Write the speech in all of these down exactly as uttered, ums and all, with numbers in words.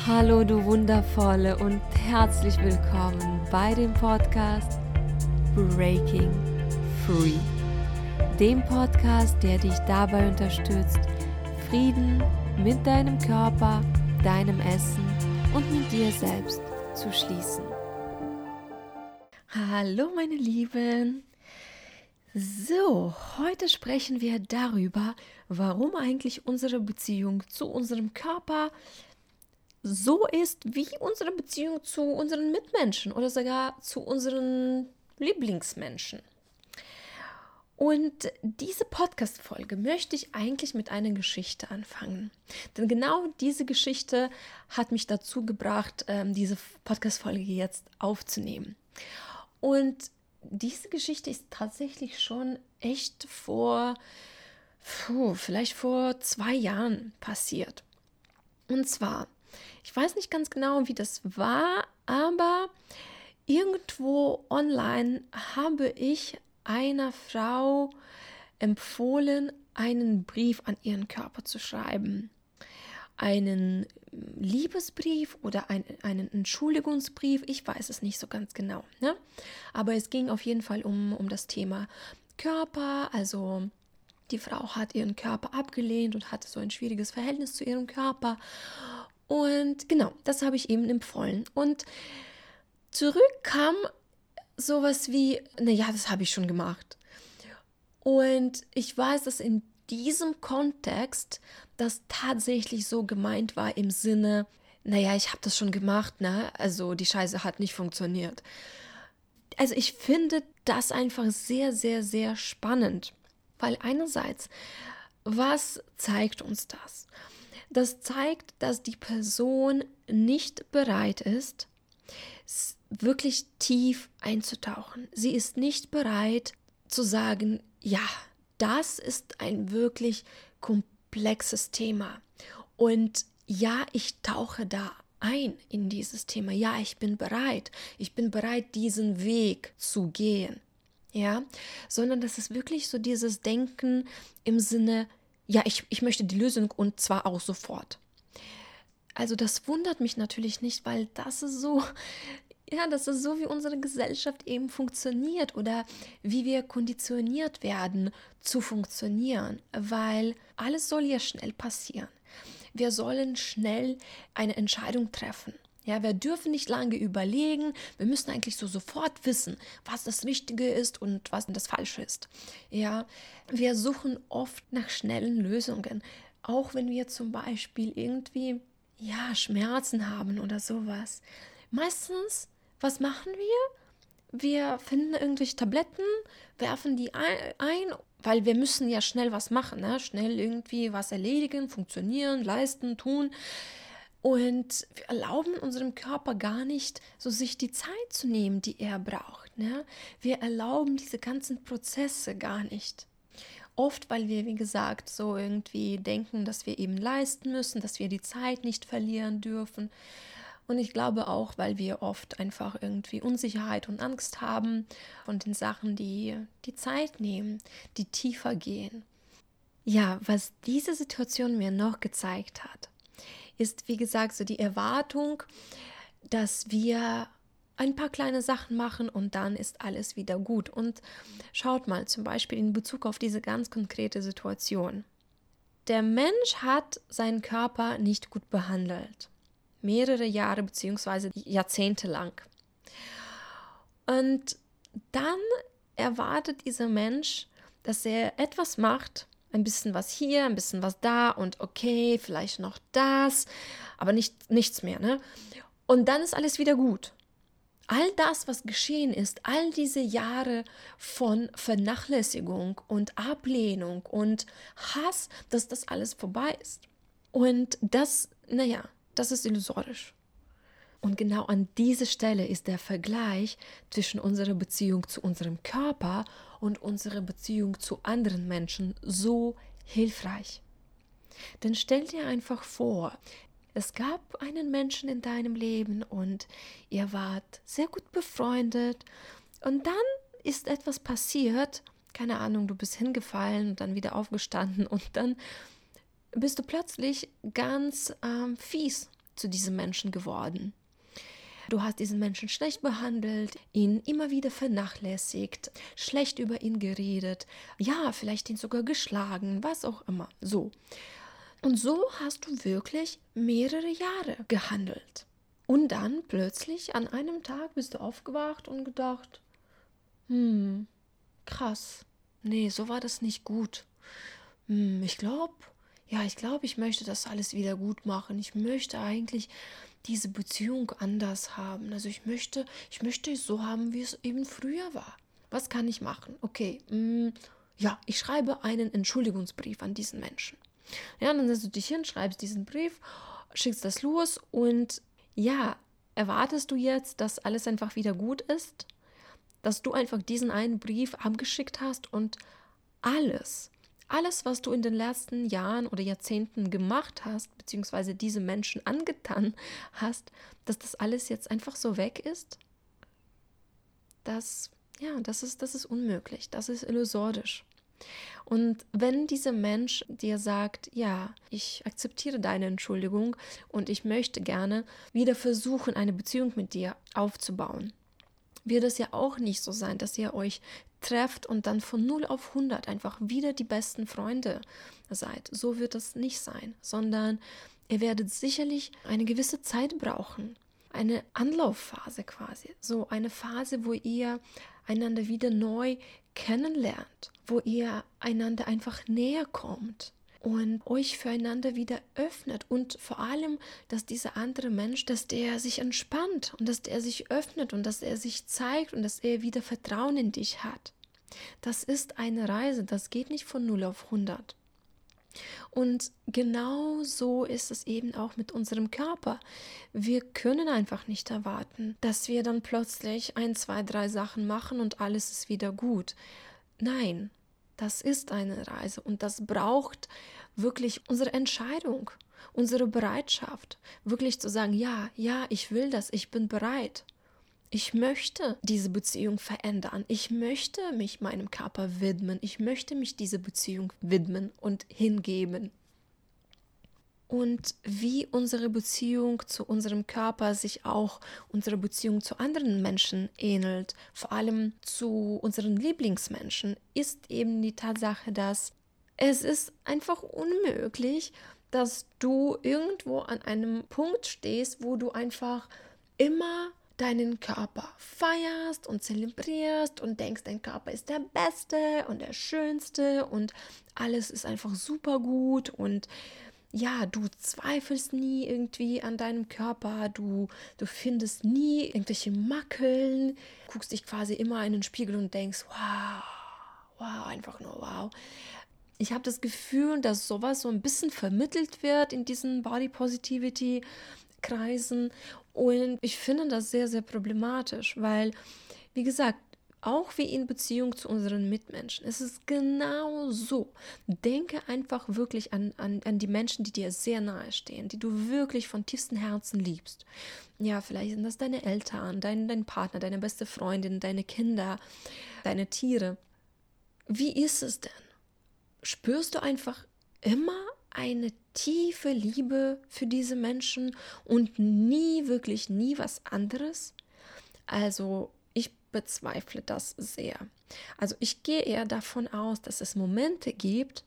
Hallo du Wundervolle und herzlich willkommen bei dem Podcast Breaking Free. Dem Podcast, der dich dabei unterstützt, Frieden mit deinem Körper, deinem Essen und mit dir selbst zu schließen. Hallo meine Lieben! So, heute sprechen wir darüber, warum eigentlich unsere Beziehung zu unserem Körper so ist wie unsere Beziehung zu unseren Mitmenschen oder sogar zu unseren Lieblingsmenschen. Und diese Podcast-Folge möchte ich eigentlich mit einer Geschichte anfangen. Denn genau diese Geschichte hat mich dazu gebracht, diese Podcast-Folge jetzt aufzunehmen. Und diese Geschichte ist tatsächlich schon echt vor, puh, vielleicht vor zwei Jahren passiert. Und zwar, ich weiß nicht ganz genau, wie das war, aber irgendwo online habe ich einer Frau empfohlen, einen Brief an ihren Körper zu schreiben. Einen Liebesbrief oder ein, einen Entschuldigungsbrief, ich weiß es nicht so ganz genau. Ne? Aber es ging auf jeden Fall um, um das Thema Körper, also die Frau hat ihren Körper abgelehnt und hatte so ein schwieriges Verhältnis zu ihrem Körper. Und genau, das habe ich eben empfohlen. Und zurück kam sowas wie, naja, das habe ich schon gemacht. Und ich weiß, dass in diesem Kontext das tatsächlich so gemeint war im Sinne, naja, ich habe das schon gemacht, ne? Also die Scheiße hat nicht funktioniert. Also ich finde das einfach sehr, sehr, sehr spannend. Weil einerseits, was zeigt uns das? Das zeigt, dass die Person nicht bereit ist, wirklich tief einzutauchen. Sie ist nicht bereit zu sagen, ja, das ist ein wirklich komplexes Thema. Und ja, ich tauche da ein in dieses Thema. Ja, ich bin bereit. Ich bin bereit, diesen Weg zu gehen. Ja, sondern das ist wirklich so dieses Denken im Sinne, ja, ich, ich möchte die Lösung und zwar auch sofort. Also das wundert mich natürlich nicht, weil das ist so, ja, das ist so, wie unsere Gesellschaft eben funktioniert oder wie wir konditioniert werden zu funktionieren, weil alles soll ja schnell passieren. Wir sollen schnell eine Entscheidung treffen. Ja, wir dürfen nicht lange überlegen, wir müssen eigentlich so sofort wissen, was das Richtige ist und was das Falsche ist. Ja, wir suchen oft nach schnellen Lösungen, auch wenn wir zum Beispiel irgendwie, ja, Schmerzen haben oder sowas. Meistens, was machen wir? Wir finden irgendwelche Tabletten, werfen die ein, weil wir müssen ja schnell was machen, ne? Schnell irgendwie was erledigen, funktionieren, leisten, tun. Und wir erlauben unserem Körper gar nicht, so sich die Zeit zu nehmen, die er braucht. Ne? Wir erlauben diese ganzen Prozesse gar nicht. Oft, weil wir, wie gesagt, so irgendwie denken, dass wir eben leisten müssen, dass wir die Zeit nicht verlieren dürfen. Und ich glaube auch, weil wir oft einfach irgendwie Unsicherheit und Angst haben von den Sachen, die die Zeit nehmen, die tiefer gehen. Ja, was diese Situation mir noch gezeigt hat, ist, wie gesagt, so die Erwartung, dass wir ein paar kleine Sachen machen und dann ist alles wieder gut. Und schaut mal, zum Beispiel in Bezug auf diese ganz konkrete Situation. Der Mensch hat seinen Körper nicht gut behandelt. Mehrere Jahre bzw. Jahrzehnte lang. Und dann erwartet dieser Mensch, dass er etwas macht, ein bisschen was hier, ein bisschen was da und okay, vielleicht noch das, aber nicht, nichts mehr, ne? Und dann ist alles wieder gut. All das, was geschehen ist, all diese Jahre von Vernachlässigung und Ablehnung und Hass, dass das alles vorbei ist. Und das, naja, das ist illusorisch. Und genau an dieser Stelle ist der Vergleich zwischen unserer Beziehung zu unserem Körper und unserer Beziehung zu anderen Menschen so hilfreich. Denn stell dir einfach vor, es gab einen Menschen in deinem Leben und ihr wart sehr gut befreundet und dann ist etwas passiert, keine Ahnung, du bist hingefallen und dann wieder aufgestanden und dann bist du plötzlich ganz ähm, fies zu diesem Menschen geworden. Du hast diesen Menschen schlecht behandelt, ihn immer wieder vernachlässigt, schlecht über ihn geredet, ja, vielleicht ihn sogar geschlagen, was auch immer. So. Und so hast du wirklich mehrere Jahre gehandelt. Und dann plötzlich an einem Tag bist du aufgewacht und gedacht, hm, krass, nee, so war das nicht gut. Hm, ich glaube, ja, ich glaube, ich möchte das alles wieder gut machen. Ich möchte eigentlich diese Beziehung anders haben. Also ich möchte, ich möchte es so haben, wie es eben früher war. Was kann ich machen? Okay, mh, ja, ich schreibe einen Entschuldigungsbrief an diesen Menschen. Ja, dann setzt du dich hin, schreibst diesen Brief, schickst das los und ja, erwartest du jetzt, dass alles einfach wieder gut ist? Dass du einfach diesen einen Brief abgeschickt hast und alles, alles, was du in den letzten Jahren oder Jahrzehnten gemacht hast, beziehungsweise diese Menschen angetan hast, dass das alles jetzt einfach so weg ist? Das, ja, das ist, das ist unmöglich, das ist illusorisch. Und wenn dieser Mensch dir sagt, ja, ich akzeptiere deine Entschuldigung und ich möchte gerne wieder versuchen, eine Beziehung mit dir aufzubauen, wird es ja auch nicht so sein, dass ihr euch trefft und dann von null auf hundert einfach wieder die besten Freunde seid. So wird es nicht sein, sondern ihr werdet sicherlich eine gewisse Zeit brauchen. Eine Anlaufphase quasi, so eine Phase, wo ihr einander wieder neu kennenlernt, wo ihr einander einfach näher kommt und euch füreinander wieder öffnet und vor allem, dass dieser andere Mensch, dass der sich entspannt und dass der sich öffnet und dass er sich zeigt und dass er wieder Vertrauen in dich hat. Das ist eine Reise, das geht nicht von null auf hundert. Und genau so ist es eben auch mit unserem Körper. Wir können einfach nicht erwarten, dass wir dann plötzlich ein, zwei, drei Sachen machen und alles ist wieder gut. Nein, das ist eine Reise und das braucht wirklich unsere Entscheidung, unsere Bereitschaft, wirklich zu sagen, ja, ja, ich will das, ich bin bereit. Ich möchte diese Beziehung verändern. Ich möchte mich meinem Körper widmen. Ich möchte mich dieser Beziehung widmen und hingeben. Und wie unsere Beziehung zu unserem Körper sich auch unsere Beziehung zu anderen Menschen ähnelt, vor allem zu unseren Lieblingsmenschen, ist eben die Tatsache, dass es ist einfach unmöglich, dass du irgendwo an einem Punkt stehst, wo du einfach immer deinen Körper feierst und zelebrierst und denkst, dein Körper ist der Beste und der Schönste und alles ist einfach super gut und ja, du zweifelst nie irgendwie an deinem Körper, du, du findest nie irgendwelche Makeln, guckst dich quasi immer in den Spiegel und denkst, wow, wow, einfach nur wow. Ich habe das Gefühl, dass sowas so ein bisschen vermittelt wird in diesen Body Positivity Kreisen und ich finde das sehr, sehr problematisch, weil, wie gesagt, auch wie in Beziehung zu unseren Mitmenschen, es ist genau so. Denke einfach wirklich an, an, an die Menschen, die dir sehr nahe stehen, die du wirklich von tiefstem Herzen liebst. Ja, vielleicht sind das deine Eltern, dein, dein Partner, deine beste Freundin, deine Kinder, deine Tiere. Wie ist es denn? Spürst du einfach immer eine tiefe Liebe für diese Menschen und nie, wirklich nie was anderes? Also ich bezweifle das sehr. Also ich gehe eher davon aus, dass es Momente gibt,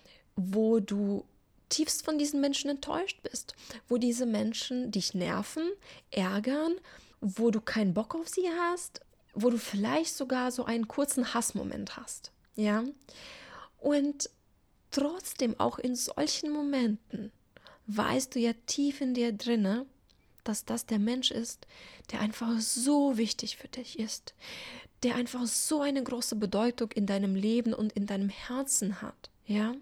wo du tiefst von diesen Menschen enttäuscht bist, wo diese Menschen dich nerven, ärgern, wo du keinen Bock auf sie hast, wo du vielleicht sogar so einen kurzen Hassmoment hast, ja? Und trotzdem, auch in solchen Momenten, weißt du ja tief in dir drinne, dass das der Mensch ist, der einfach so wichtig für dich ist, der einfach so eine große Bedeutung in deinem Leben und in deinem Herzen hat, ja?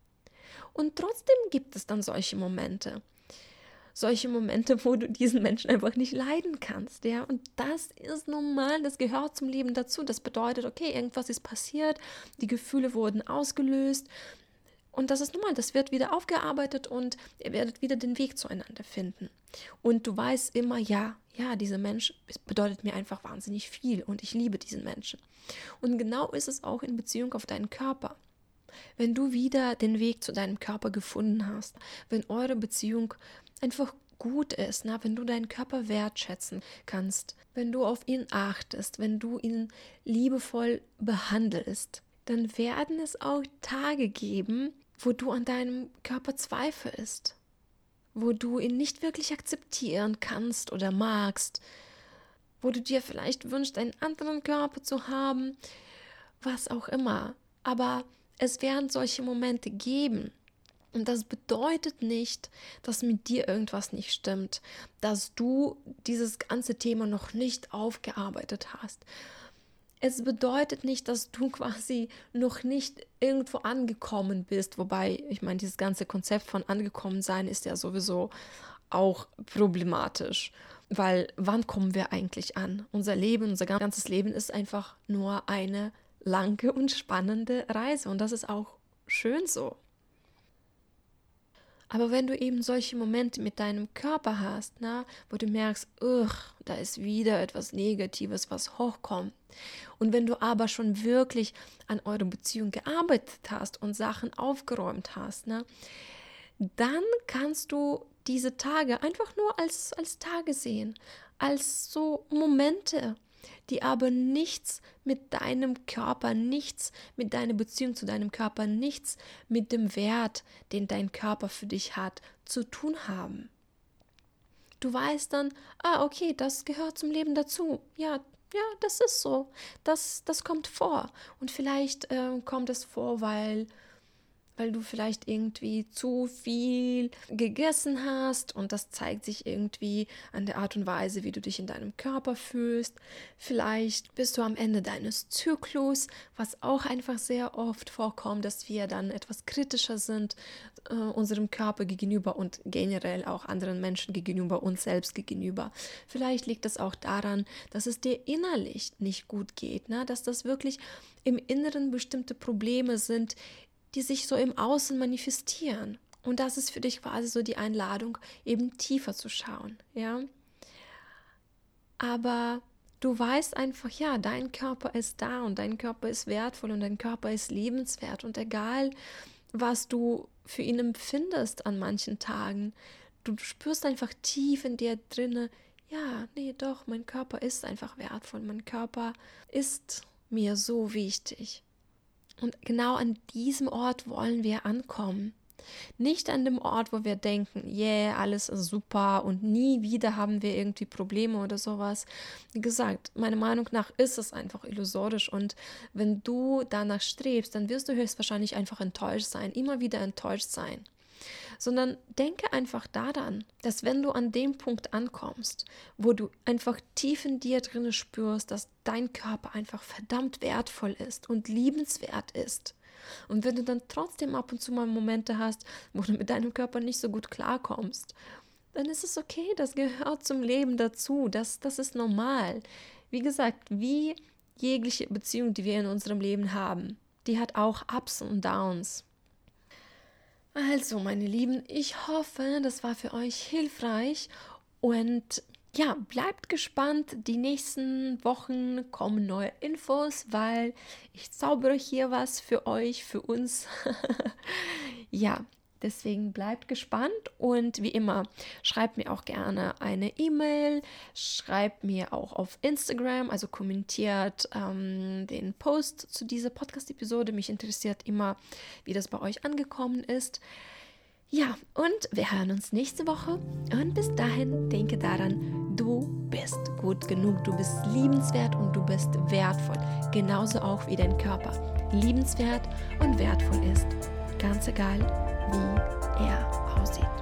Und trotzdem gibt es dann solche Momente, solche Momente, wo du diesen Menschen einfach nicht leiden kannst, ja? Und das ist normal, das gehört zum Leben dazu. Das bedeutet, okay, irgendwas ist passiert, die Gefühle wurden ausgelöst, und das ist normal, das wird wieder aufgearbeitet und ihr werdet wieder den Weg zueinander finden. Und du weißt immer, ja, ja, dieser Mensch bedeutet mir einfach wahnsinnig viel und ich liebe diesen Menschen. Und genau ist es auch in Beziehung auf deinen Körper. Wenn du wieder den Weg zu deinem Körper gefunden hast, wenn eure Beziehung einfach gut ist, na, wenn du deinen Körper wertschätzen kannst, wenn du auf ihn achtest, wenn du ihn liebevoll behandelst, dann werden es auch Tage geben, wo du an deinem Körper zweifelst, wo du ihn nicht wirklich akzeptieren kannst oder magst, wo du dir vielleicht wünschst, einen anderen Körper zu haben, was auch immer. Aber es werden solche Momente geben. Und das bedeutet nicht, dass mit dir irgendwas nicht stimmt, dass du dieses ganze Thema noch nicht aufgearbeitet hast. Es bedeutet nicht, dass du quasi noch nicht irgendwo angekommen bist, wobei, ich meine, dieses ganze Konzept von angekommen sein ist ja sowieso auch problematisch, weil wann kommen wir eigentlich an? Unser Leben, unser ganzes Leben ist einfach nur eine lange und spannende Reise und das ist auch schön so. Aber wenn du eben solche Momente mit deinem Körper hast, na, wo du merkst, da ist wieder etwas Negatives, was hochkommt. Und wenn du aber schon wirklich an eurer Beziehung gearbeitet hast und Sachen aufgeräumt hast, na, dann kannst du diese Tage einfach nur als, als Tage sehen, als so Momente, die aber nichts mit deinem Körper, nichts mit deiner Beziehung zu deinem Körper, nichts mit dem Wert, den dein Körper für dich hat, zu tun haben. Du weißt dann, ah, okay, das gehört zum Leben dazu. Ja, ja, das ist so. Das, das kommt vor. Und vielleicht äh, kommt es vor, weil weil du vielleicht irgendwie zu viel gegessen hast und das zeigt sich irgendwie an der Art und Weise, wie du dich in deinem Körper fühlst. Vielleicht bist du am Ende deines Zyklus, was auch einfach sehr oft vorkommt, dass wir dann etwas kritischer sind äh, unserem Körper gegenüber und generell auch anderen Menschen gegenüber, uns selbst gegenüber. Vielleicht liegt es auch daran, dass es dir innerlich nicht gut geht, ne? Dass das wirklich im Inneren bestimmte Probleme sind, die sich so im Außen manifestieren. Und das ist für dich quasi so die Einladung, eben tiefer zu schauen, ja. Aber du weißt einfach, ja, dein Körper ist da und dein Körper ist wertvoll und dein Körper ist liebenswert und egal, was du für ihn empfindest an manchen Tagen, du spürst einfach tief in dir drinne, ja, nee, doch, mein Körper ist einfach wertvoll, mein Körper ist mir so wichtig. Und genau an diesem Ort wollen wir ankommen. Nicht an dem Ort, wo wir denken, yeah, alles ist super und nie wieder haben wir irgendwie Probleme oder sowas. Wie gesagt, meiner Meinung nach ist es einfach illusorisch und wenn du danach strebst, dann wirst du höchstwahrscheinlich einfach enttäuscht sein, immer wieder enttäuscht sein. Sondern denke einfach daran, dass wenn du an dem Punkt ankommst, wo du einfach tief in dir drin spürst, dass dein Körper einfach verdammt wertvoll ist und liebenswert ist. Und wenn du dann trotzdem ab und zu mal Momente hast, wo du mit deinem Körper nicht so gut klarkommst, dann ist es okay, das gehört zum Leben dazu, das, das ist normal. Wie gesagt, wie jegliche Beziehung, die wir in unserem Leben haben, die hat auch Ups und Downs. Also, meine Lieben, ich hoffe, das war für euch hilfreich und ja, bleibt gespannt. Die nächsten Wochen kommen neue Infos, weil ich zaubere hier was für euch, für uns. Ja, deswegen bleibt gespannt und wie immer, schreibt mir auch gerne eine E-Mail, schreibt mir auch auf Instagram, also kommentiert ähm, den Post zu dieser Podcast-Episode. Mich interessiert immer, wie das bei euch angekommen ist. Ja, und wir hören uns nächste Woche und bis dahin denke daran, du bist gut genug, du bist liebenswert und du bist wertvoll, genauso auch wie dein Körper liebenswert und wertvoll ist, ganz egal, wie er aussieht.